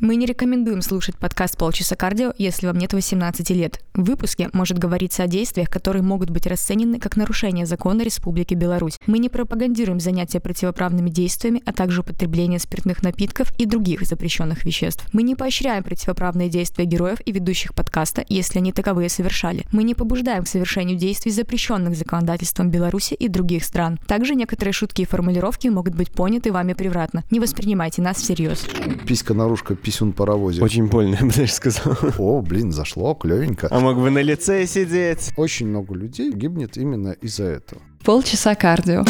Мы не рекомендуем слушать подкаст «Полчаса кардио», если вам нет 18 лет. В выпуске может говориться о действиях, которые могут быть расценены как нарушение закона Республики Беларусь. Мы не пропагандируем занятия противоправными действиями, а также употребление спиртных напитков и других запрещенных веществ. Мы не поощряем противоправные действия героев и ведущих подкаста, если они таковые совершали. Мы не побуждаем к совершению действий, запрещенных законодательством Беларуси и других стран. Также некоторые шутки и формулировки могут быть поняты вами превратно. Не воспринимайте нас всерьез. Писька-наружка, писюн-паровозик. Очень больно, я бы даже сказал. О, блин, зашло, клевенько. А мог бы на лице сидеть. Очень много людей гибнет именно из-за этого. Полчаса кардио.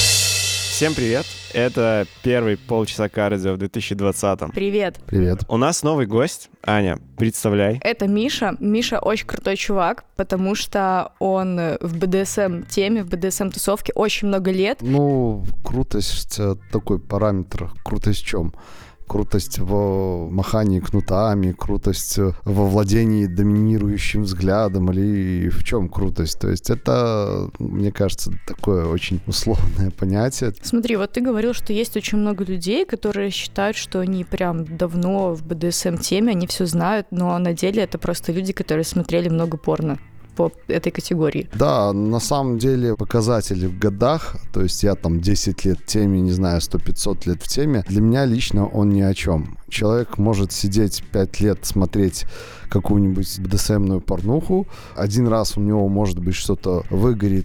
Всем привет. Это первый полчаса кардио в 2020-м. Привет. Привет. У нас новый гость. Аня, представляй. Это Миша. Миша очень крутой чувак, потому что он в БДСМ-теме, в БДСМ-тусовке очень много лет. Ну, крутость такой параметр. Крутость в чем? Крутость в махании кнутами, крутость во владении доминирующим взглядом или в чем крутость? То есть это, мне кажется, такое очень условное понятие. Смотри, вот ты говорил, что есть очень много людей, которые считают, что они прям давно в БДСМ-теме, они все знают, но на деле это просто люди, которые смотрели много порно по этой категории. Да, на самом деле показатели в годах, то есть я там 10 лет в теме, не знаю, 100-500 лет в теме, для меня лично он ни о чем. Человек может сидеть 5 лет, смотреть какую-нибудь БДСМную порнуху. Один раз у него, может быть, что-то выгорит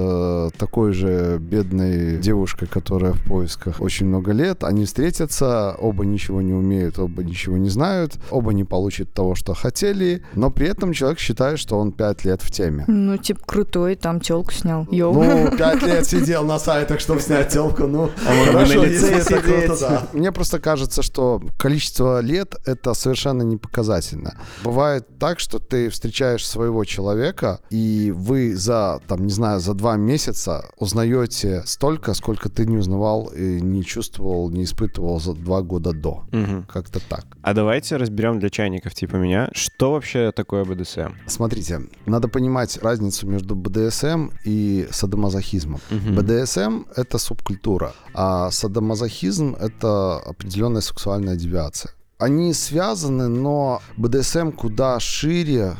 с такой же бедной девушкой, которая в поисках очень много лет. Они встретятся, оба ничего не умеют, оба ничего не знают, оба не получат того, что хотели, но при этом человек считает, что он 5 лет в теме. Ну, типа, крутой, там тёлку снял. Йоу. Ну, 5 лет сидел на сайтах, чтобы снять тёлку, ну, хорошо, если это круто, да. Мне просто кажется, что количество лет — это совершенно не показательно. Бывает так, что ты встречаешь своего человека, и вы за 2 месяца узнаете столько, сколько ты не узнавал и не чувствовал, не испытывал за 2 года до. Угу. Как-то так. А давайте разберем для чайников типа меня, что вообще такое БДСМ? Смотрите, надо понимать разницу между БДСМ и садомазохизмом. Угу. БДСМ — это субкультура, а садомазохизм — это определенная сексуальная девиация. Они связаны, но БДСМ куда шире,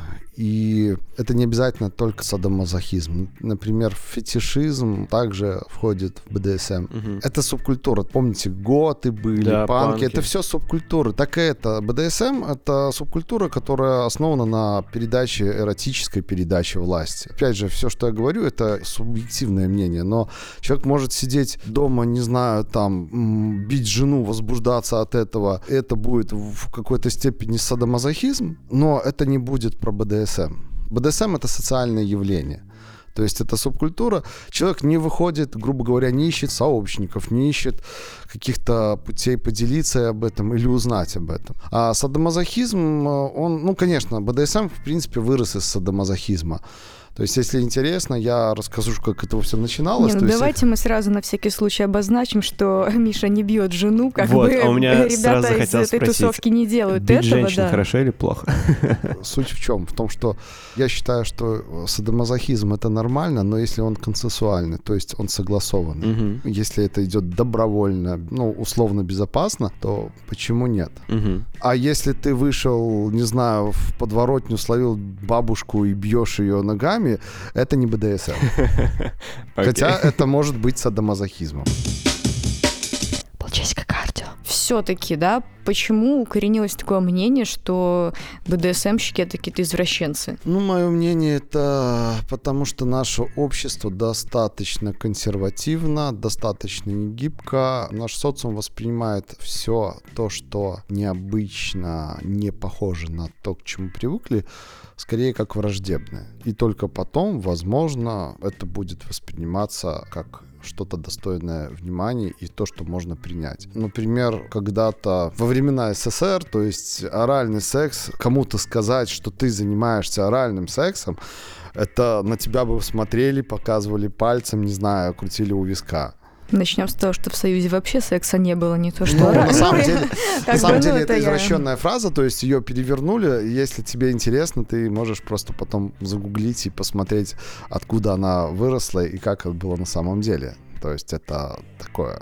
и это не обязательно только садомазохизм. Например, фетишизм также входит в БДСМ. Угу. Это субкультура. Помните, готы были, Да, панки. Это все субкультуры. Так и это. БДСМ — это субкультура, которая основана на передаче, эротической передаче власти. Опять же, все, что я говорю, это субъективное мнение, но человек может сидеть дома, не знаю, там, бить жену, возбуждаться от этого. Это будет в какой-то степени садомазохизм, но это не будет про БДСМ. БДСМ — это социальное явление. То есть это субкультура. Человек не выходит, грубо говоря, не ищет сообщников, не ищет каких-то путей поделиться об этом или узнать об этом. А садомазохизм, он, конечно, БДСМ, в принципе, вырос из садомазохизма. То есть, если интересно, я расскажу, как это все начиналось. Давайте мы сразу на всякий случай обозначим, что Миша не бьет жену, как вот, бы а у меня ребята из этой тусовки не делают бить этого. женщин хорошо или плохо? Суть в чем? В том, что я считаю, что садомазохизм — это нормально, но если он консенсуальный, то есть он согласованный. Угу. Если это идет добровольно, условно безопасно, то почему нет? Угу. А если ты вышел, не знаю, в подворотню, словил бабушку и бьешь ее ногами, это не БДСМ. Хотя это может быть садомазохизмом. Полчасика кардио. Все-таки, да, почему укоренилось такое мнение, что БДСМщики — это какие-то извращенцы? Мое мнение, это потому что наше общество достаточно консервативно, достаточно негибко. Наш социум воспринимает все то, что необычно, не похоже на то, к чему привыкли, скорее как враждебное. И только потом, возможно, это будет восприниматься как что-то достойное внимания и то, что можно принять. Например, когда-то во времена СССР, то есть оральный секс, кому-то сказать, что ты занимаешься оральным сексом, это на тебя бы смотрели, показывали пальцем, не знаю, крутили у виска. Начнем с того, что в Союзе вообще секса не было, не то что... На самом деле это извращенная фраза, то есть ее перевернули. Если тебе интересно, ты можешь просто потом загуглить и посмотреть, откуда она выросла и как это было на самом деле. То есть это такое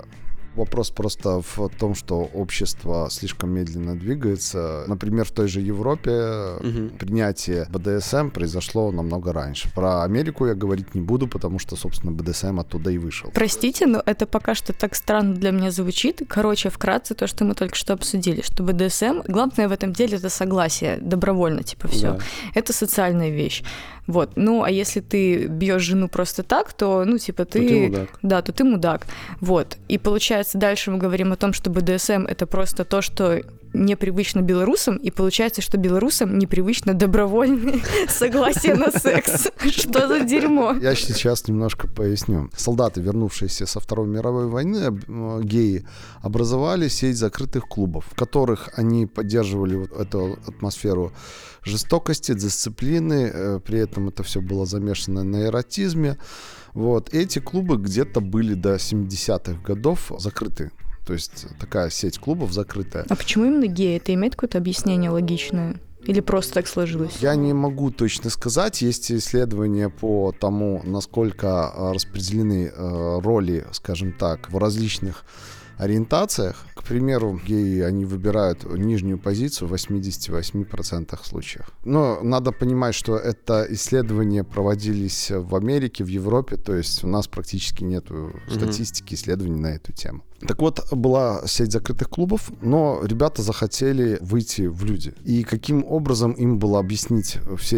Вопрос просто в том, что общество слишком медленно двигается. Например, в той же Европе принятие БДСМ произошло намного раньше. Про Америку я говорить не буду, потому что, собственно, БДСМ оттуда и вышел. Простите, но это пока что так странно для меня звучит. Короче, вкратце то, что мы только что обсудили, что БДСМ, главное в этом деле это согласие, добровольно, типа, все. Да. Это социальная вещь. Вот. Ну, а если ты бьешь жену просто так, то, ну, типа, ты мудак. Да, то ты мудак. Вот. И получается, дальше мы говорим о том, что БДСМ — это просто то, что непривычно белорусам, и получается, что белорусам непривычно добровольное согласие на секс. Что за дерьмо? Я сейчас немножко поясню. Солдаты, вернувшиеся со Второй мировой войны, геи, образовали сеть закрытых клубов, в которых они поддерживали вот эту атмосферу жестокости, дисциплины, при этом это все было замешано на эротизме. Вот. Эти клубы где-то были до 70-х годов закрыты. То есть такая сеть клубов закрытая. А почему именно геи? Это имеет какое-то объяснение логичное? Или просто так сложилось? Я не могу точно сказать. Есть исследования по тому, насколько распределены роли, скажем так, в различных ориентациях. К примеру, геи, они выбирают нижнюю позицию в 88% случаев. Но надо понимать, что это исследования проводились в Америке, в Европе, то есть у нас практически нет статистики исследований на эту тему. Так вот, была сеть закрытых клубов, но ребята захотели выйти в люди. И каким образом им было объяснить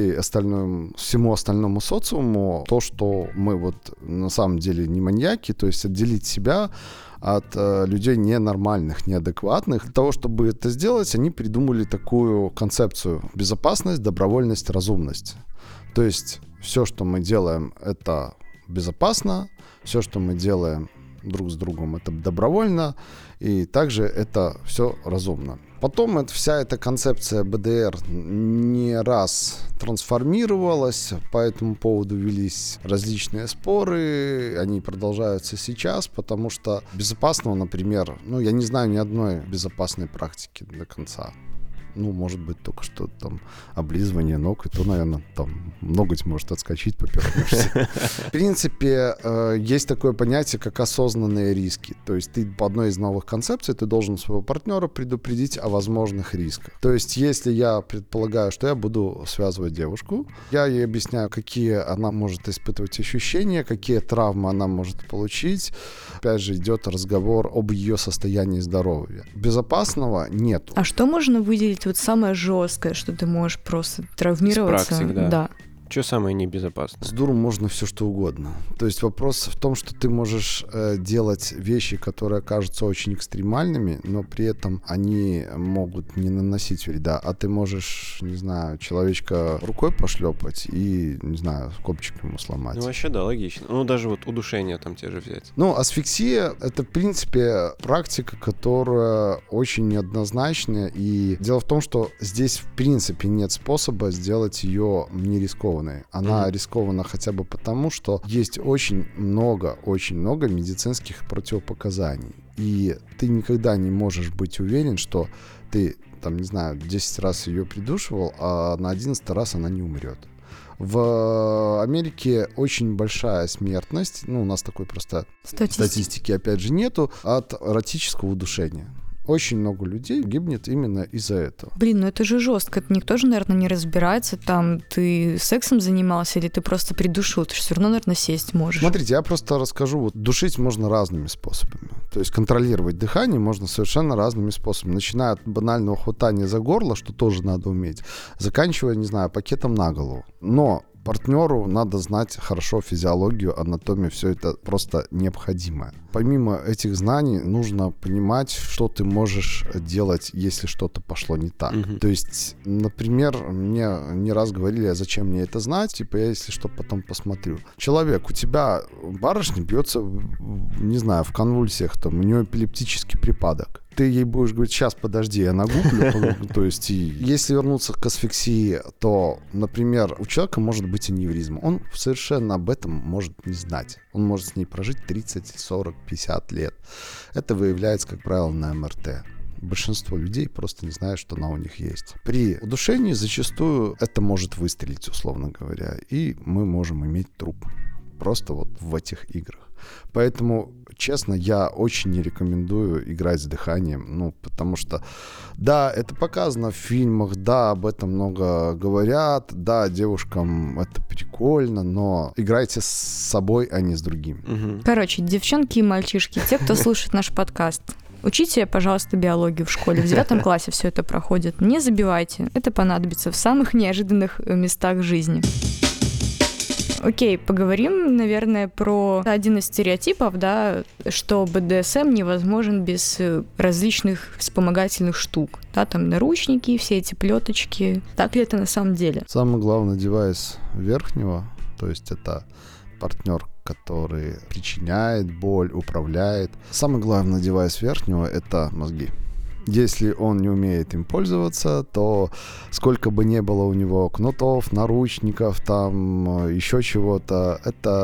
всему остальному социуму то, что мы вот на самом деле не маньяки, то есть отделить себя от людей ненормальных, неадекватных. Для того, чтобы это сделать, они придумали такую концепцию: безопасность, добровольность, разумность. То есть все, что мы делаем, это безопасно, все, что мы делаем друг с другом, это добровольно, и также это все разумно. Потом вся эта концепция БДР не раз трансформировалась, по этому поводу велись различные споры, они продолжаются сейчас, потому что безопасного, например, я не знаю ни одной безопасной практики до конца. Может быть, только что там облизывание ног, и то, наверное, там ноготь может отскочить, поперхнешься. В принципе, есть такое понятие, как осознанные риски. То есть ты по одной из новых концепций, ты должен своего партнера предупредить о возможных рисках. То есть если я предполагаю, что я буду связывать девушку, я ей объясняю, какие она может испытывать ощущения, какие травмы она может получить. Опять же, идет разговор об ее состоянии здоровья. Безопасного нет. А что можно выделить вот самое жесткое, что ты можешь просто травмироваться? С практик, да. Что самое небезопасное? С дуру можно все что угодно. То есть вопрос в том, что ты можешь делать вещи, которые кажутся очень экстремальными, но при этом они могут не наносить вреда. А ты можешь, не знаю, человечка рукой пошлепать и, не знаю, копчик ему сломать. Вообще, да, логично. Даже вот удушение там те же взять. Асфиксия — это, в принципе, практика, которая очень неоднозначная. И дело в том, что здесь, в принципе, нет способа сделать ее не рискованной. Она рискована хотя бы потому, что есть очень много медицинских противопоказаний. И ты никогда не можешь быть уверен, что ты, 10 раз ее придушивал, а на 11 раз она не умрет. В Америке очень большая смертность, у нас такой просто статистики опять же нету, от эротического удушения. Очень много людей гибнет именно из-за этого. Это же жестко. Это никто же, наверное, не разбирается. Там ты сексом занимался или ты просто придушил. Ты же все равно, наверное, сесть можешь. Смотрите, я просто расскажу. Душить можно разными способами. То есть контролировать дыхание можно совершенно разными способами. Начиная от банального хватания за горло, что тоже надо уметь, заканчивая, не знаю, пакетом на голову. Но партнеру надо знать хорошо физиологию, анатомию, все это просто необходимо. Помимо этих знаний нужно понимать, что ты можешь делать, если что-то пошло не так. То есть, например, мне не раз говорили, а зачем мне это знать, я если что потом посмотрю. Человек, у тебя барышня бьется, не знаю, в конвульсиях, у нее эпилептический припадок. Ты ей будешь говорить: сейчас, подожди, я нагуглю. То есть, если вернуться к асфиксии, то, например, у человека может быть аневризма. Он совершенно об этом может не знать. Он может с ней прожить 30, 40, 50 лет. Это выявляется, как правило, на МРТ. Большинство людей просто не знают, что она у них есть. При удушении зачастую это может выстрелить, условно говоря, и мы можем иметь труп. Просто в этих играх. Поэтому честно, я очень не рекомендую играть с дыханием, потому что, да, это показано в фильмах, да, об этом много говорят, да, девушкам это прикольно, но играйте с собой, а не с другим. Короче, девчонки и мальчишки, те, кто слушает наш подкаст, учите, пожалуйста, биологию в школе. В 9 классе все это проходит. Не забивайте. Это понадобится в самых неожиданных местах жизни. Окей, поговорим, наверное, про один из стереотипов, да, что БДСМ невозможен без различных вспомогательных штук. Да, там наручники, все эти плеточки. Так ли это на самом деле? Самый главный девайс верхнего, то есть это партнер, который причиняет боль, управляет. Самый главный девайс верхнего — это мозги. Если он не умеет им пользоваться, то сколько бы ни было у него кнутов, наручников, там еще чего-то,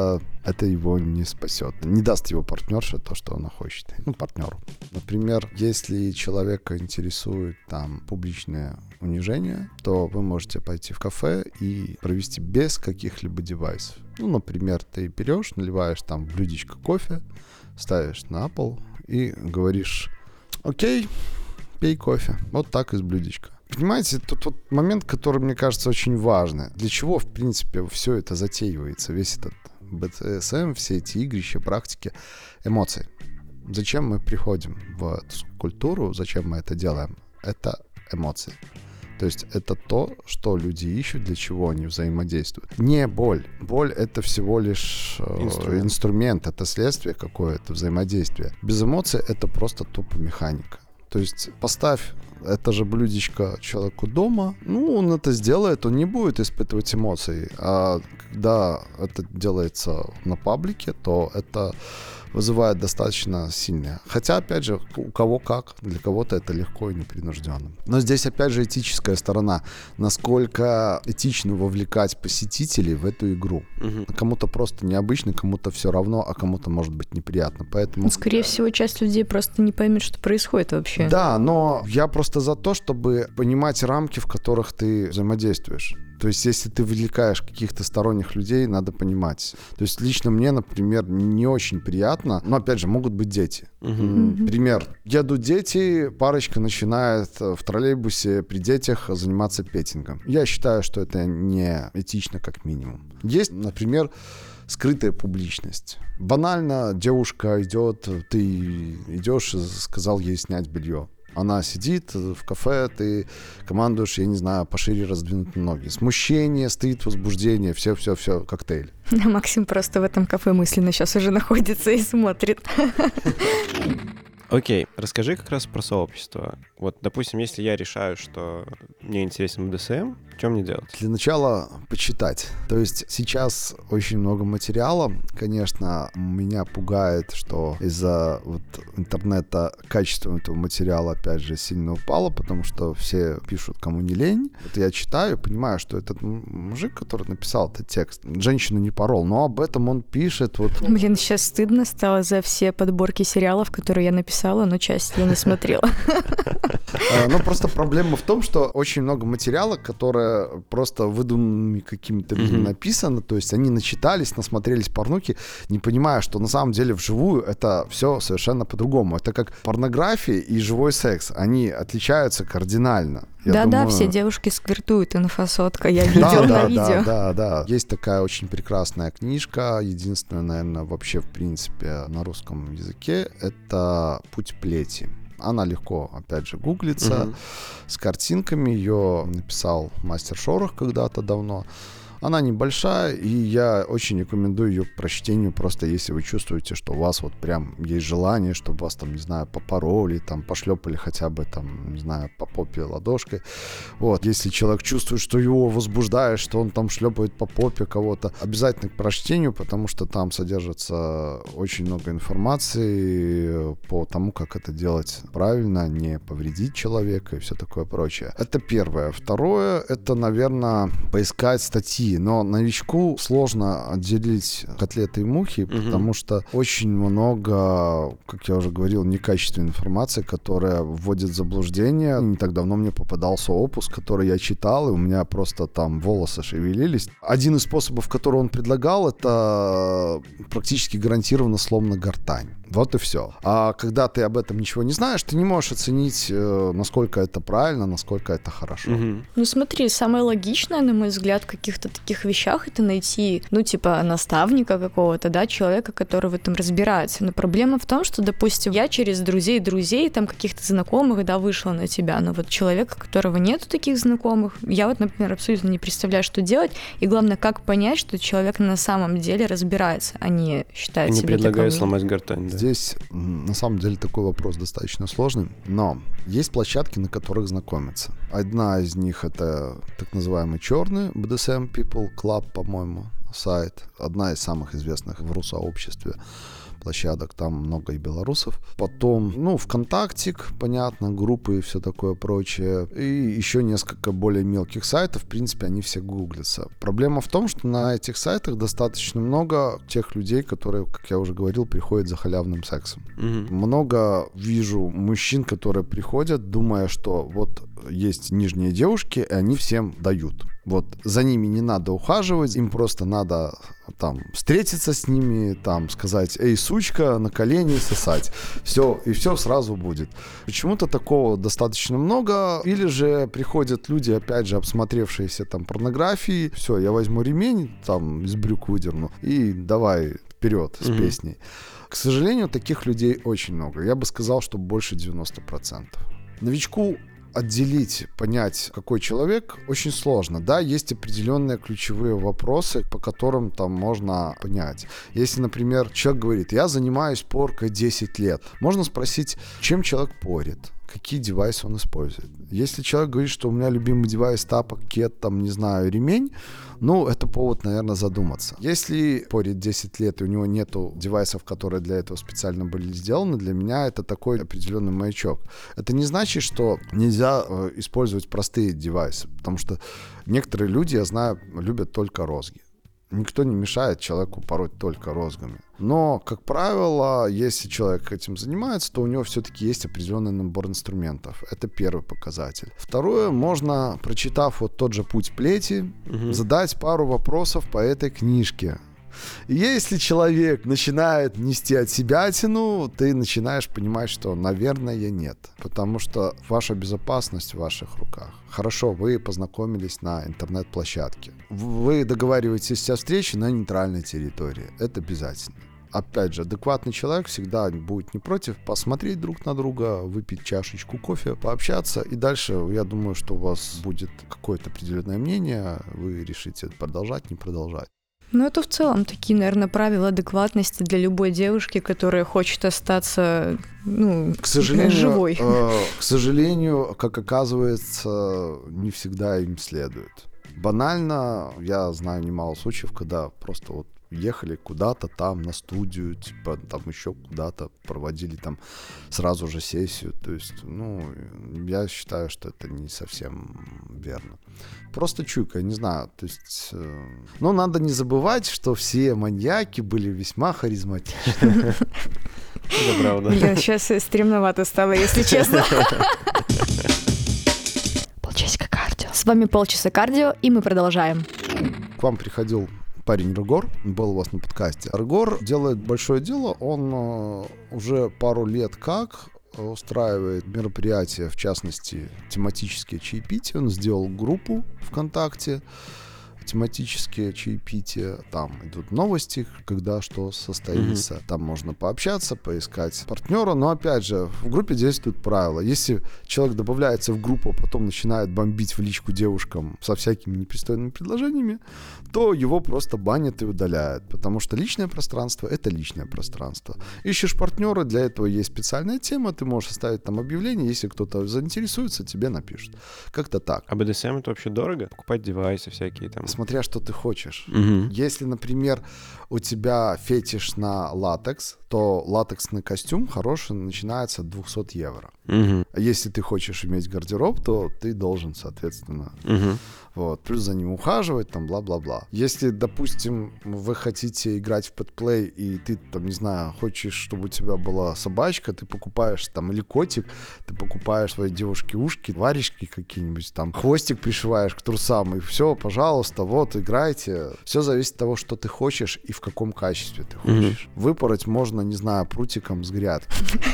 это его не спасет. Не даст его партнерше то, что он хочет. Партнеру. Например, если человека интересует там публичное унижение, то вы можете пойти в кафе и провести без каких-либо девайсов. Например, ты берешь, наливаешь там в блюдечко кофе, ставишь на пол и говоришь: окей, пей кофе. Вот так из блюдечка. Понимаете, тут вот момент, который, мне кажется, очень важный. Для чего, в принципе, все это затеивается? Весь этот БДСМ, все эти игрища, практики, эмоции. Зачем мы приходим в эту культуру? Зачем мы это делаем? Это эмоции. То есть это то, что люди ищут, для чего они взаимодействуют. Не боль. Боль — это всего лишь инструмент, это следствие какое-то взаимодействия. Без эмоций это просто тупо механика. То есть поставь это же блюдечко человеку дома, он это сделает, он не будет испытывать эмоций. А когда это делается на паблике, то это вызывает достаточно сильное. Хотя, опять же, у кого как, для кого-то это легко и непринужденно. Но здесь, опять же, этическая сторона. Насколько этично вовлекать посетителей в эту игру. Кому-то просто необычно, кому-то все равно, а кому-то может быть неприятно. Поэтому... Скорее всего, часть людей просто не поймет, что происходит вообще. Да, но я просто за то, чтобы понимать рамки, в которых ты взаимодействуешь. То есть, если ты вовлекаешь каких-то сторонних людей, надо понимать. То есть, лично мне, например, не очень приятно, но, опять же, могут быть дети. Пример. Едут дети, парочка начинает в троллейбусе при детях заниматься петингом. Я считаю, что это не этично, как минимум. Есть, например, скрытая публичность. Банально, девушка идет, ты идешь и сказал ей снять белье. Она сидит в кафе, ты командуешь, я не знаю, пошире раздвинуть ноги. Смущение, стыд, возбуждение, все, коктейль. Максим просто в этом кафе мысленно сейчас уже находится и смотрит. Окей, расскажи как раз про сообщество. Вот, допустим, если я решаю, что мне интересен БДСМ, что мне делать? Для начала почитать. То есть сейчас очень много материала. Конечно, меня пугает, что из-за интернета качество этого материала, опять же, сильно упало, потому что все пишут, кому не лень. Вот я читаю, понимаю, что этот мужик, который написал этот текст, женщину не порол, но об этом он пишет. Блин, сейчас стыдно стало за все подборки сериалов, которые я написала, но часть я не смотрела. Ну, просто проблема в том, что очень много материала, которое просто выдуманными какими-то людьми написано, то есть они начитались, насмотрелись порнухи, не понимая, что на самом деле вживую это все совершенно по-другому. Это как порнография и живой секс, они отличаются кардинально. Да-да, все девушки сквиртуют, инфосотка, я видела на видео. Да. Есть такая очень прекрасная книжка, единственная, наверное, вообще в принципе на русском языке, это «Путь плети». Она легко, опять же, гуглится, с картинками. Ее написал мастер Шорох когда-то давно. Она небольшая, и я очень рекомендую ее к прочтению, просто если вы чувствуете, что у вас вот прям есть желание, чтобы вас там, не знаю, попороли, там, пошлепали хотя бы там, не знаю, по попе ладошкой. Вот, если человек чувствует, что его возбуждает, что он там шлепает по попе кого-то, обязательно к прочтению, потому что там содержится очень много информации по тому, как это делать правильно, не повредить человека и все такое прочее. Это первое. Второе, это, наверное, поискать статьи другие, но новичку сложно отделить котлеты и мухи, потому что очень много, как я уже говорил, некачественной информации, которая вводит в заблуждение. Не так давно мне попадался опус, который я читал, и у меня просто там волосы шевелились. Один из способов, который он предлагал, это практически гарантированно слом на гортань. Вот и все. А когда ты об этом ничего не знаешь, ты не можешь оценить, насколько это правильно, насколько это хорошо. Ну смотри, самое логичное, на мой взгляд, в каких-то таких вещах это найти, наставника какого-то, да, человека, который в этом разбирается. Но проблема в том, что, допустим, я через друзей, там каких-то знакомых, да, вышла на тебя, но вот человека, у которого нету таких знакомых, я вот, например, абсолютно не представляю, что делать, и главное, как понять, что человек на самом деле разбирается, а не считает себя таковым. Не предлагаю сломать гортань, да. Здесь, на самом деле, такой вопрос достаточно сложный, но есть площадки, на которых знакомятся. Одна из них — это так называемый черный BDSM People Club, по-моему, сайт. Одна из самых известных в русообществе площадок, там много и белорусов. Потом, ВКонтактик, понятно, группы и все такое прочее. И еще несколько более мелких сайтов, в принципе, они все гуглятся. Проблема в том, что на этих сайтах достаточно много тех людей, которые, как я уже говорил, приходят за халявным сексом. Много вижу мужчин, которые приходят, думая, что вот есть нижние девушки, и они всем дают. Вот за ними не надо ухаживать, им просто надо там встретиться с ними, там сказать: «Эй, сучка», на колени сосать. Все, и все сразу будет. Почему-то такого достаточно много. Или же приходят люди, опять же, обсмотревшиеся там порнографией. Все, я возьму ремень, там из брюк выдерну и давай вперед с песней. К сожалению, таких людей очень много. Я бы сказал, что больше 90%. Новичку отделить, понять, какой человек, очень сложно. Да, есть определенные ключевые вопросы, по которым там можно понять. Если, например, человек говорит: я занимаюсь поркой 10 лет, можно спросить, чем человек порит, какие девайсы он использует. Если человек говорит, что у меня любимый девайс тапок, кет, там, не знаю, ремень, это повод, наверное, задуматься. Если порит 10 лет и у него нету девайсов, которые для этого специально были сделаны, для меня это такой определенный маячок. Это не значит, что нельзя использовать простые девайсы, потому что некоторые люди, я знаю, любят только розги. Никто не мешает человеку пороть только розгами. Но, как правило, если человек этим занимается, то у него все-таки есть определенный набор инструментов. Это первый показатель. Второе, можно, прочитав вот тот же «Путь плети», задать пару вопросов по этой книжке. И если человек начинает нести отсебятину, ты начинаешь понимать, что, наверное, нет. Потому что ваша безопасность в ваших руках. Хорошо, вы познакомились на интернет-площадке. Вы договариваетесь о встрече на нейтральной территории. Это обязательно. Опять же, адекватный человек всегда будет не против посмотреть друг на друга, выпить чашечку кофе, пообщаться. И дальше, я думаю, что у вас будет какое-то определенное мнение. Вы решите продолжать, не продолжать. Это в целом такие, наверное, правила адекватности для любой девушки, которая хочет остаться, живой. К сожалению, как оказывается, не всегда им следует. Банально, я знаю немало случаев, когда просто вот ехали куда-то там на студию, типа там еще куда-то, проводили там сразу же сессию. То есть, я считаю, что это не совсем верно. Просто чуйка, я не знаю. То есть, надо не забывать, что все маньяки были весьма харизматичны. Это правда. Блин, сейчас стремновато стало, если честно. Полчасика кардио. С вами полчаса кардио, и мы продолжаем. К вам приходил парень Рыгор, был у вас на подкасте. Рыгор делает большое дело, он уже пару лет как устраивает мероприятия, в частности, тематические чаепития. Он сделал группу ВКонтакте, тематические чаепития, там идут новости, когда что состоится, там можно пообщаться, поискать партнера, но опять же, в группе действуют правила. Если человек добавляется в группу, а потом начинает бомбить в личку девушкам со всякими непристойными предложениями, то его просто банят и удаляют, потому что личное пространство — это личное пространство. Ищешь партнера, для этого есть специальная тема, ты можешь оставить там объявление, если кто-то заинтересуется, тебе напишут. Как-то так. А BDSM — это вообще дорого? Покупать девайсы всякие там? смотря что ты хочешь. Мгм. Если, например, у тебя фетиш на латекс, то латексный костюм хороший начинается от 200 евро. Мгм. А если ты хочешь иметь гардероб, то ты должен, соответственно, Мгм. вот, плюс за ним ухаживать, там, бла-бла-бла. Если, допустим, вы хотите играть в пэтплей, и ты, там, не знаю, хочешь, чтобы у тебя была собачка, ты покупаешь, там, или котик, ты покупаешь своей девушке ушки, варежки какие-нибудь, там, хвостик пришиваешь к трусам, и все, пожалуйста, вот, играйте. Все зависит от того, что ты хочешь и в каком качестве ты хочешь. Выпороть можно, не знаю, прутиком с грядки.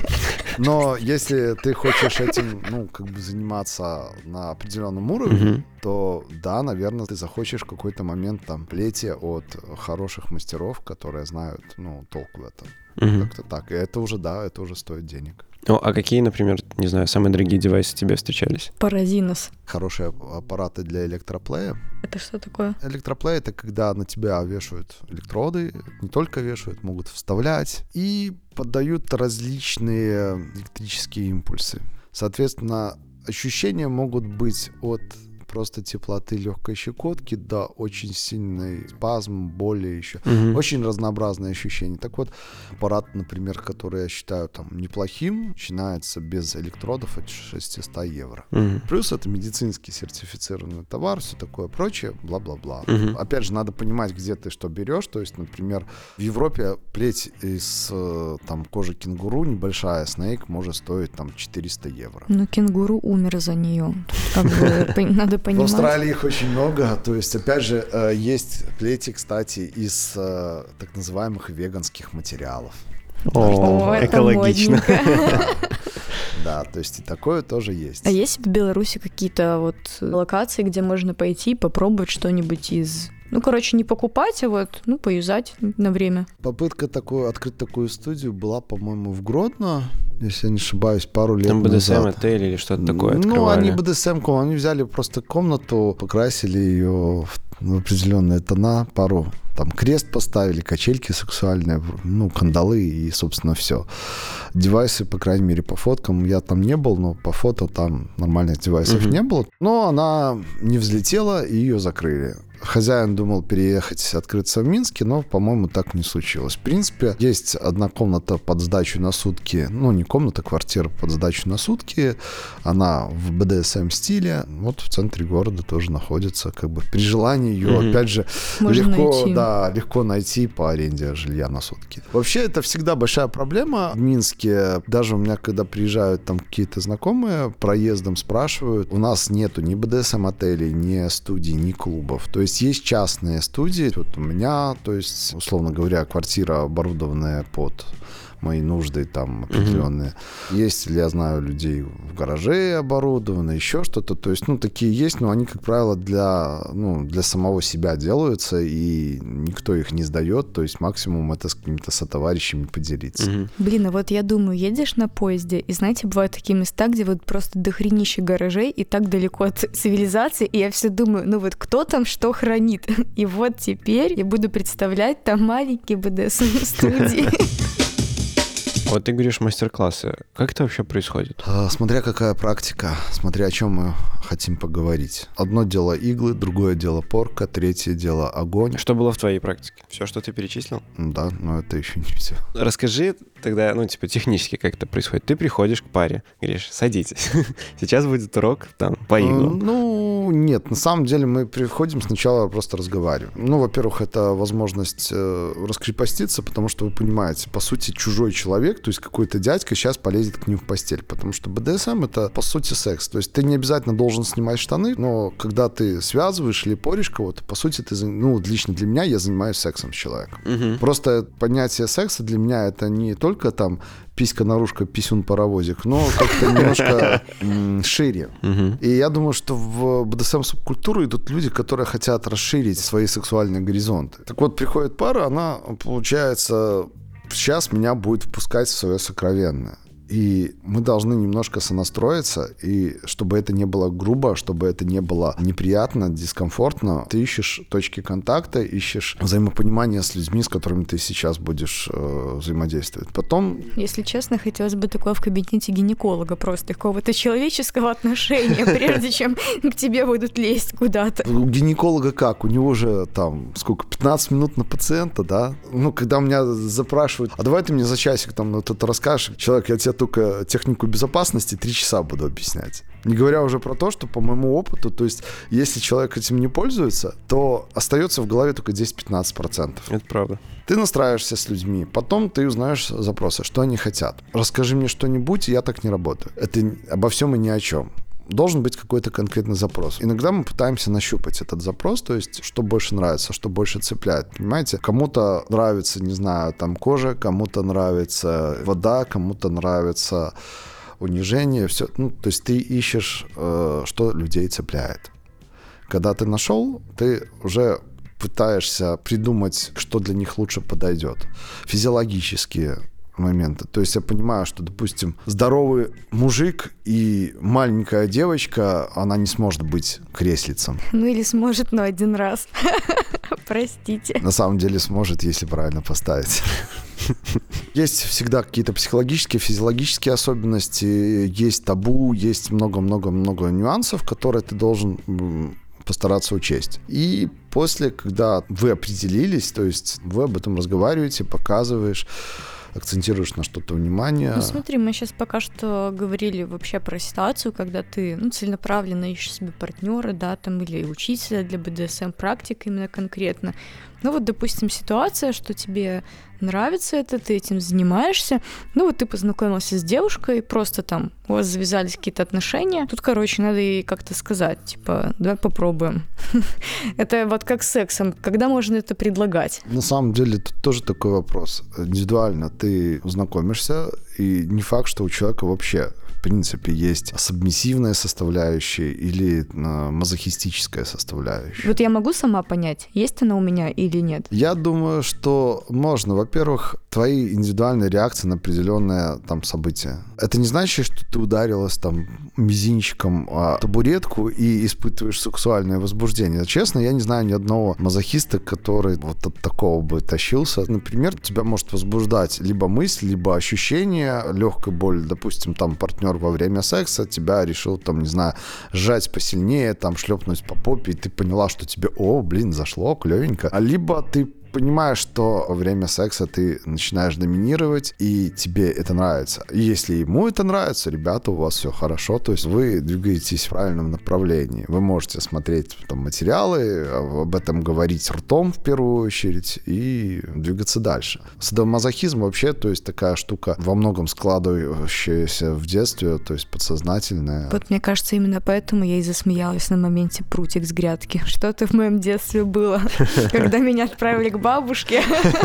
Но если ты хочешь этим, ну, как бы заниматься на определенном уровне, Мгм. то да, наверное, ты захочешь в какой-то момент там плети от хороших мастеров, которые знают, ну, толк в этом. Мгм. Как-то так. И это уже, да, это уже стоит денег. Ну, а какие, например, не знаю, самые дорогие девайсы тебе встречались? Паразинос. Хорошие аппараты для электроплея. Это что такое? Электроплей — это когда на тебя вешают электроды, не только вешают, могут вставлять и поддают различные электрические импульсы. Соответственно, ощущения могут быть от просто теплоты, легкой щекотки до очень сильной спазм, боли еще. Мгм. Очень разнообразные ощущения. Так вот, аппарат, например, который я считаю там неплохим, начинается без электродов от 600 евро. Мгм. Плюс это медицинский сертифицированный товар, все такое прочее, бла-бла-бла. Мгм. Опять же, надо понимать, где ты что берешь. То есть, например, в Европе плеть из там кожи кенгуру небольшая, Snake, может стоить там 400 евро. Ну, кенгуру умер за нее. Как бы надо В понимать. Австралии их очень много. То есть, опять же, есть плети, кстати, из так называемых веганских материалов. О, это экологично. модненько. Да, то есть и такое тоже есть. А есть в Беларуси какие-то вот локации, где можно пойти попробовать что-нибудь из... Ну, короче, не покупать, а вот, ну, поюзать на время. Попытка открыть такую студию была, по-моему, в Гродно, если я не ошибаюсь, пару лет Там назад. BDSM-отель или что-то такое Ну, открывали. они BDSM-ку, они взяли просто комнату, покрасили ее в определенные тона, пару там крест поставили, качельки сексуальные, ну, кандалы и, собственно, все. Девайсы, по крайней мере, по фоткам, я там не был, но по фото там нормальных девайсов Мгм. не было. Но она не взлетела, и ее закрыли. Хозяин думал переехать, открыться в Минске, но, по-моему, так не случилось. В принципе, есть одна комната под сдачу на сутки. Ну, не комната, квартира под сдачу на сутки. Она в BDSM стиле. Вот в центре города тоже находится. Как бы при желании ее, Мгм. опять же, Можно найти. Да, легко найти по аренде жилья на сутки. Вообще, это всегда большая проблема в Минске. Даже у меня, когда приезжают там какие-то знакомые, проездом спрашивают, у нас нету ни BDSM-отелей, ни студий, ни клубов. То есть частные студии. Вот у меня, то есть, условно говоря, квартира, оборудованная под мои нужды там определенные. Есть, я знаю, людей в гараже оборудовано, еще что-то. То есть, ну, такие есть, но они, как правило, для самого себя делаются, и никто их не сдает. То есть максимум это с какими-то сотоварищами поделиться. Мгм. Блин, а вот я думаю, едешь на поезде, и знаете, бывают такие места, где вот просто дохренище гаражей, и так далеко от цивилизации, и я все думаю, ну вот кто там что хранит? И вот теперь я буду представлять там маленькие БДСМ-студии. Вот ты говоришь мастер-классы. Как это вообще происходит? Смотря какая практика, смотря о чем мы хотим поговорить. Одно дело иглы, другое дело порка, третье дело огонь. Что было в твоей практике? Все, что ты перечислил? Да, но это еще не все. Расскажи тогда, ну, типа, технически, как это происходит. Ты приходишь к паре, говоришь, садитесь. Сейчас будет урок там по иглам. Ну, нет, на самом деле мы приходим, сначала просто разговариваем. Ну, во-первых, это возможность раскрепоститься, потому что вы понимаете, по сути, чужой человек, то есть какой-то дядька сейчас полезет к ним в постель, потому что BDSM — это, по сути, секс. То есть ты не обязательно должен снимать штаны, но когда ты связываешь или поришь кого-то, по сути, ну, лично для меня я занимаюсь сексом с человеком. Мгм. Просто понятие секса для меня — это не только там писька-наружка, писюн-паровозик, но как-то немножко шире. Мгм. И я думаю, что в BDSM-субкультуру идут люди, которые хотят расширить свои сексуальные горизонты. Так вот, приходит пара, она, получается, сейчас меня будет впускать в свое сокровенное. И мы должны немножко сонастроиться, и чтобы это не было грубо, чтобы это не было неприятно, дискомфортно, ты ищешь точки контакта, ищешь взаимопонимание с людьми, с которыми ты сейчас будешь взаимодействовать. Потом... Если честно, хотелось бы такое в кабинете гинеколога, просто какого-то человеческого отношения, прежде чем к тебе будут лезть куда-то. У гинеколога как? У него же там, сколько, 15 минут на пациента, да? Ну, когда меня запрашивают, а давай ты мне за часик там вот это расскажешь. Человек, я тебе только технику безопасности 3 часа буду объяснять. Не говоря уже про то, что по моему опыту, то есть если человек этим не пользуется, то остается в голове только 10-15%. Это правда. Ты настраиваешься с людьми, потом ты узнаешь запросы, что они хотят. Расскажи мне что-нибудь, я так не работаю. Это обо всем и ни о чем. Должен быть какой-то конкретный запрос. Иногда мы пытаемся нащупать этот запрос, то есть что больше нравится, что больше цепляет. Понимаете, кому-то нравится, не знаю, там кожа, кому-то нравится вода, кому-то нравится унижение, все. Ну, то есть ты ищешь, что людей цепляет. Когда ты нашел, ты уже пытаешься придумать, что для них лучше подойдет. Физиологические моменты. То есть я понимаю, что, допустим, здоровый мужик и маленькая девочка, она не сможет быть креслицем. Ну или сможет, но один раз. Простите. На самом деле сможет, если правильно поставить. Есть всегда какие-то психологические, физиологические особенности, есть табу, есть много-много-много нюансов, которые ты должен постараться учесть. И после, когда вы определились, то есть вы об этом разговариваете, показываешь, акцентируешь на что-то внимание. Ну смотри, мы сейчас пока что говорили вообще про ситуацию, когда ты целенаправленно ищешь себе партнера, да, там, или учителя для БДСМ практик именно конкретно. Ну вот, допустим, ситуация, что тебе нравится это, ты этим занимаешься, ну вот ты познакомился с девушкой, просто там у вас завязались какие-то отношения, тут, короче, надо ей как-то сказать, типа, давай попробуем. Это вот как с сексом, когда можно это предлагать? На самом деле тут тоже такой вопрос. Индивидуально ты знакомишься, и не факт, что у человека вообще в принципе есть сабмиссивная составляющая или мазохистическая составляющая. Вот я могу сама понять, есть она у меня или нет? Я думаю, что можно. Во-первых, твои индивидуальные реакции на определенное там событие. Это не значит, что ты ударилась там мизинчиком о табуретку и испытываешь сексуальное возбуждение. Честно, я не знаю ни одного мазохиста, который вот от такого бы тащился. Например, тебя может возбуждать либо мысль, либо ощущение легкой боли. Допустим, там партнер во время секса тебя решил, там, не знаю, сжать посильнее, там, шлепнуть по попе, и ты поняла, что тебе, зашло, клевенько. Либо ты понимаешь, что во время секса ты начинаешь доминировать, и тебе это нравится. И если ему это нравится, ребята, у вас все хорошо, то есть вы двигаетесь в правильном направлении. Вы можете смотреть там материалы, об этом говорить ртом в первую очередь и двигаться дальше. Садомазохизм вообще, то есть такая штука во многом складывающаяся в детстве, то есть подсознательная. Вот мне кажется, именно поэтому я и засмеялась на моменте прутик с грядки. Что-то в моем детстве было, когда меня отправили к бабушке.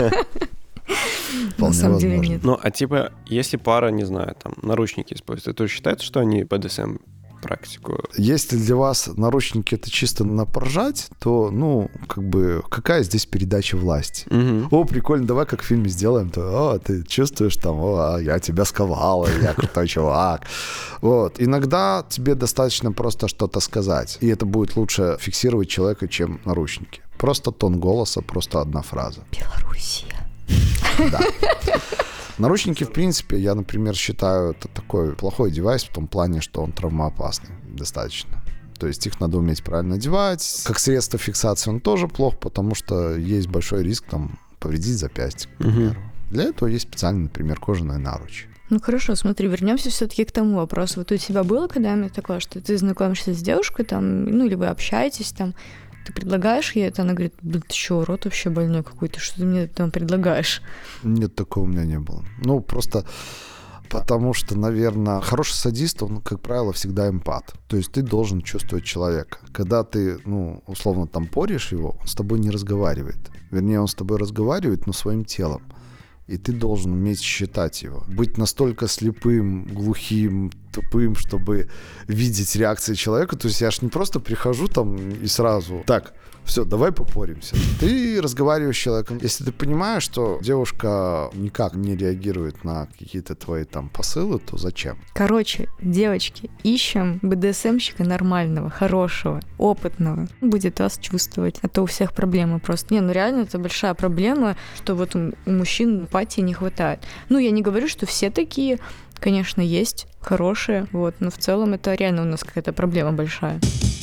На самом деле нет. Ну, а типа, если пара, не знаю, там, наручники использует, то считается, что они БДСМ практику? Если для вас наручники это чисто на поржать, то, ну, как бы, какая здесь передача власти? О, прикольно, давай как в фильме сделаем, то, ты чувствуешь там, я тебя сковал, я крутой чувак. Вот. Иногда тебе достаточно просто что-то сказать, и это будет лучше фиксировать человека, чем наручники. Просто тон голоса, просто одна фраза. Белоруссия. Да. Наручники, в принципе, я, например, считаю, это такой плохой девайс в том плане, что он травмоопасный достаточно. То есть их надо уметь правильно одевать. Как средство фиксации он тоже плох, потому что есть большой риск там повредить запястье, к примеру. Для этого есть специально, например, кожаные наручи. Ну хорошо, смотри, вернемся все-таки к тому вопросу. Вот у тебя было когда-нибудь такое, что ты знакомишься с девушкой, там, ну или вы общаетесь, там, ты предлагаешь ей это, она говорит, блин, ты что, рот вообще больной какой-то, что ты мне там предлагаешь? Нет, такого у меня не было. Ну, просто потому что, наверное, хороший садист, он, как правило, всегда эмпат. То есть ты должен чувствовать человека. Когда ты, ну, условно, там поришь его, он с тобой не разговаривает. Вернее, он с тобой разговаривает, но своим телом. И ты должен уметь считать его. Быть настолько слепым, глухим, тупым, чтобы видеть реакции человека. То есть я ж не просто прихожу там и сразу так, все, давай попоримся. Ты разговариваешь с человеком. Если ты понимаешь, что девушка никак не реагирует на какие-то твои там посылы, то зачем? Короче, девочки, ищем БДСМщика нормального, хорошего, опытного. Будет вас чувствовать. А то у всех проблемы просто. Не, ну реально это большая проблема, что вот у мужчин эмпатии не хватает. Ну, я не говорю, что все такие. Конечно, есть хорошие, вот, но в целом это реально у нас какая-то проблема большая.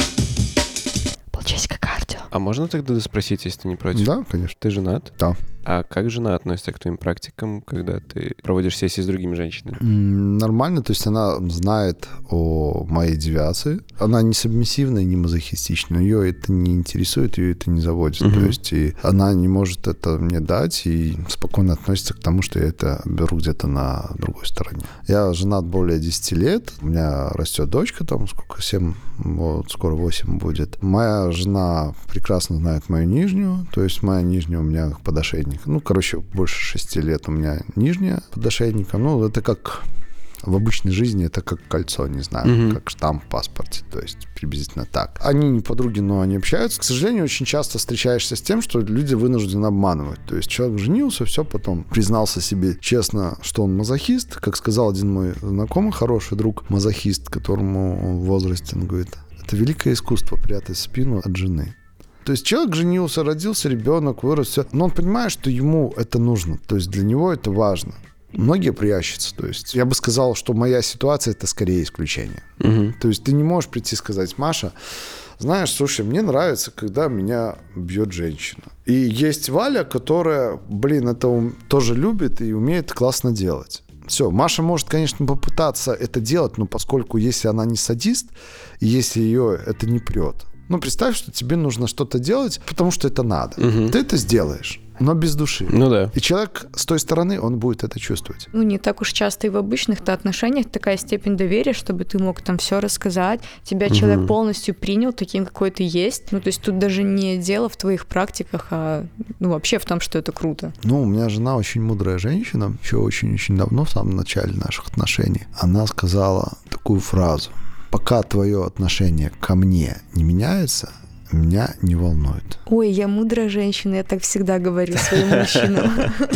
Полчасика кардио. А можно тогда спросить, если ты не против? Да, конечно. Ты женат? Да. А как жена относится к твоим практикам, когда ты проводишь сессии с другими женщинами? Нормально, то есть она знает о моей девиации. Она не субмиссивная, не мазохистичная. Ее это не интересует, ее это не заводит. То есть и она не может это мне дать и спокойно относится к тому, что я это беру где-то на другой стороне. Я женат более 10 лет. У меня растет дочка, там сколько, 7, вот, скоро 8 будет. Моя жена прекрасно знает мою нижнюю, то есть моя нижняя у меня как подошейник. Ну, короче, больше 6 лет у меня нижняя подошейника. Ну, это как в обычной жизни, это как кольцо, не знаю, как штамп в паспорте. То есть приблизительно так. Они не подруги, но они общаются. К сожалению, очень часто встречаешься с тем, что люди вынуждены обманывать. То есть человек женился, все, потом признался себе честно, что он мазохист. Как сказал один мой знакомый, хороший друг, мазохист, которому в возрасте, он говорит, это великое искусство прятать спину от жены. То есть человек женился, родился ребенок, вырос, все. Но он понимает, что ему это нужно. То есть для него это важно. Многие прячутся. То есть я бы сказал, что моя ситуация это скорее исключение. То есть ты не можешь прийти и сказать, Маша, знаешь, слушай, мне нравится, когда меня бьет женщина. И есть Валя, которая, это тоже любит и умеет классно делать. Все, Маша может, конечно, попытаться это делать, но поскольку если она не садист, и если ее это не прет, ну, представь, что тебе нужно что-то делать, потому что это надо. Ты это сделаешь, но без души. Ну да. И человек с той стороны, он будет это чувствовать. Ну, не так уж часто и в обычных-то отношениях такая степень доверия, чтобы ты мог там все рассказать. Тебя человек полностью принял таким, какой ты есть. Ну, то есть тут даже не дело в твоих практиках, а вообще в том, что это круто. Ну, у меня жена очень мудрая женщина, еще очень-очень давно, в самом начале наших отношений. Она сказала такую фразу. Пока твое отношение ко мне не меняется, меня не волнует. Ой, я мудрая женщина, я так всегда говорю своим мужчинам.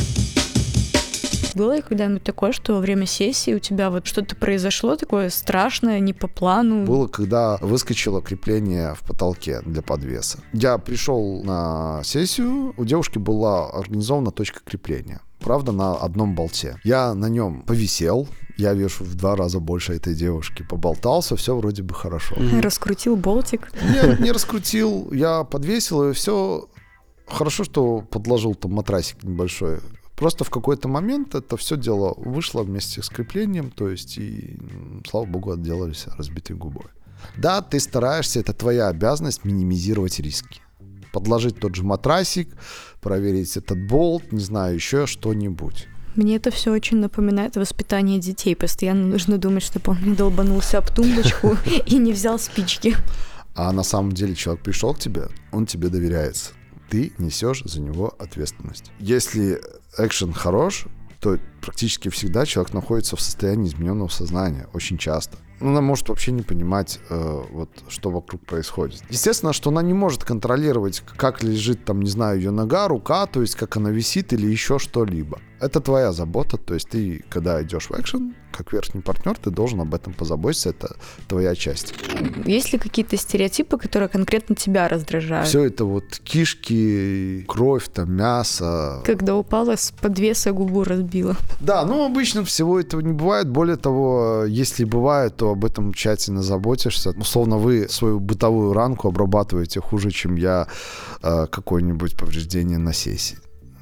Было ли когда-нибудь такое, что во время сессии у тебя вот что-то произошло такое страшное, не по плану? Было, когда выскочило крепление в потолке для подвеса. Я пришел на сессию, у девушки была организована точка крепления. Правда, на одном болте. Я на нем повисел, я вешу в 2 раза больше этой девушки, поболтался, все вроде бы хорошо. Раскрутил болтик? Нет, не раскрутил, я подвесил, и все хорошо, что подложил там матрасик небольшой. Просто в какой-то момент это все дело вышло вместе с креплением, то есть и, слава богу, отделались разбитой губой. Да, ты стараешься, это твоя обязанность минимизировать риски. Подложить тот же матрасик, проверить этот болт, не знаю, еще что-нибудь. Мне это все очень напоминает воспитание детей. Постоянно нужно думать, чтобы он не долбанулся об тумбочку и не взял спички. А на самом деле человек пришел к тебе, он тебе доверяется. Ты несешь за него ответственность. Если экшен хорош, то практически всегда человек находится в состоянии измененного сознания, очень часто. Она может вообще не понимать, что вокруг происходит. Естественно, что она не может контролировать, как лежит, там, не знаю, ее нога, рука, то есть как она висит или еще что-либо. Это твоя забота, то есть ты, когда идешь в экшен, как верхний партнер, ты должен об этом позаботиться, это твоя часть. Есть ли какие-то стереотипы, которые конкретно тебя раздражают? Все это вот кишки, кровь, там, мясо. Когда упала с подвеса, губу разбила. Да, обычно всего этого не бывает. Более того, если бывает, то об этом тщательно заботишься. Условно, вы свою бытовую ранку обрабатываете хуже, чем я какое-нибудь повреждение на сессии.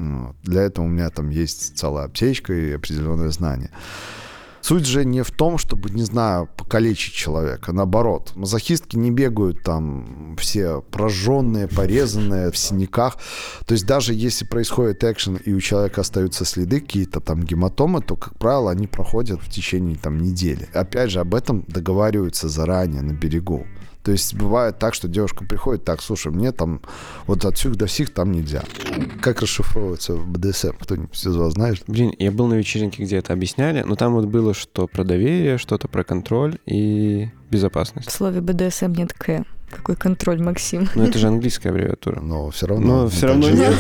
Для этого у меня там есть целая аптечка и определенное знание. Суть же не в том, чтобы, не знаю, покалечить человека. Наоборот, мазохистки не бегают там все прожженные, порезанные, в синяках. То есть даже если происходит экшен и у человека остаются следы, какие-то там гематомы, то, как правило, они проходят в течение там недели. Опять же, об этом договариваются заранее на берегу. То есть бывает так, что девушка приходит, так, слушай, мне там вот отсюда до сих там нельзя. Как расшифровывается в БДСМ? Кто-нибудь из вас знает? Блин, я был на вечеринке, где это объясняли, но там вот было что про доверие, что-то про контроль и безопасность. В слове БДСМ нет «к». Какой контроль, Максим? Но это же английская аббревиатура. Но все равно. Но все равно нет.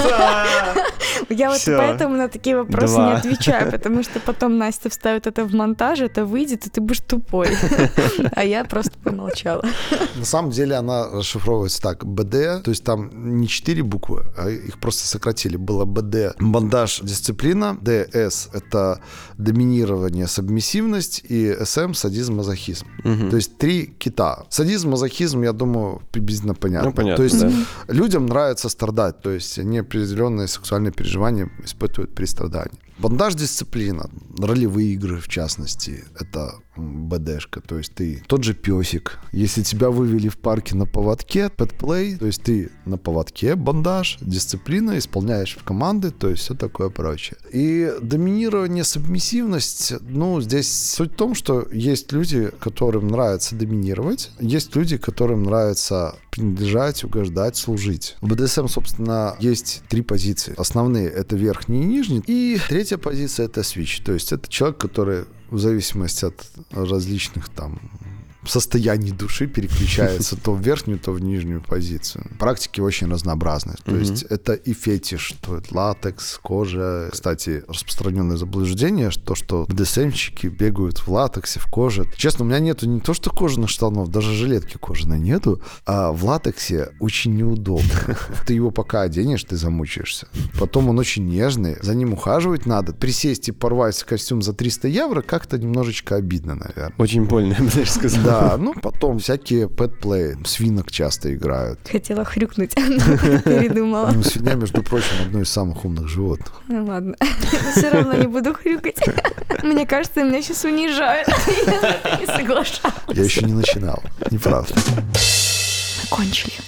Я вот Всё. поэтому на такие вопросы 2. не отвечаю, потому что потом Настя вставит это в монтаж, это выйдет, и ты будешь тупой. А я просто помолчала. На самом деле она расшифровывается так. БД, то есть там не 4 буквы, а их просто сократили. Было БД, бандаж, дисциплина. ДС — это доминирование, сабмиссивность. И СМ — садизм, мазохизм. То есть 3 кита. Садизм, мазохизм, я думаю, приблизительно понятно. Ну, понятно, то есть да. людям нравится страдать. То есть они определенные сексуальные переживания испытывают при страдании. Бандаж, дисциплина, ролевые игры, в частности, это БДшка, то есть ты тот же песик. Если тебя вывели в парке на поводке, пэтплей, то есть ты на поводке, бандаж, дисциплина, исполняешь команды, то есть все такое прочее. И доминирование, сабмиссивность, ну, здесь суть в том, что есть люди, которым нравится доминировать, есть люди, которым нравится принадлежать, угождать, служить. В БДСМ, собственно, есть 3 позиции. Основные — это верхний и нижний. И 3-я позиция — это свич. То есть это человек, который в зависимости от различных там состояний души переключается то в верхнюю, то в нижнюю позицию. Практики очень разнообразны. То есть это и фетиш, то это латекс, кожа. Кстати, распространенное заблуждение, что БДСМщики бегают в латексе, в коже. Честно, у меня нету не то что кожаных штанов, даже жилетки кожаной нету, а в латексе очень неудобно. Ты его пока оденешь, ты замучаешься. Потом он очень нежный, за ним ухаживать надо. Присесть и порвать костюм за 300 евро как-то немножечко обидно, наверное. Очень больно, я бы даже сказал. Да, ну потом всякие пэтплей, свинок часто играют. Хотела хрюкнуть, но передумала. Ну, свинья, между прочим, одно из самых умных животных. Ну ладно, все равно не буду хрюкать. Мне кажется, меня сейчас унижают. Я не соглашаюсь. Я еще не начинал, неправда. Закончили.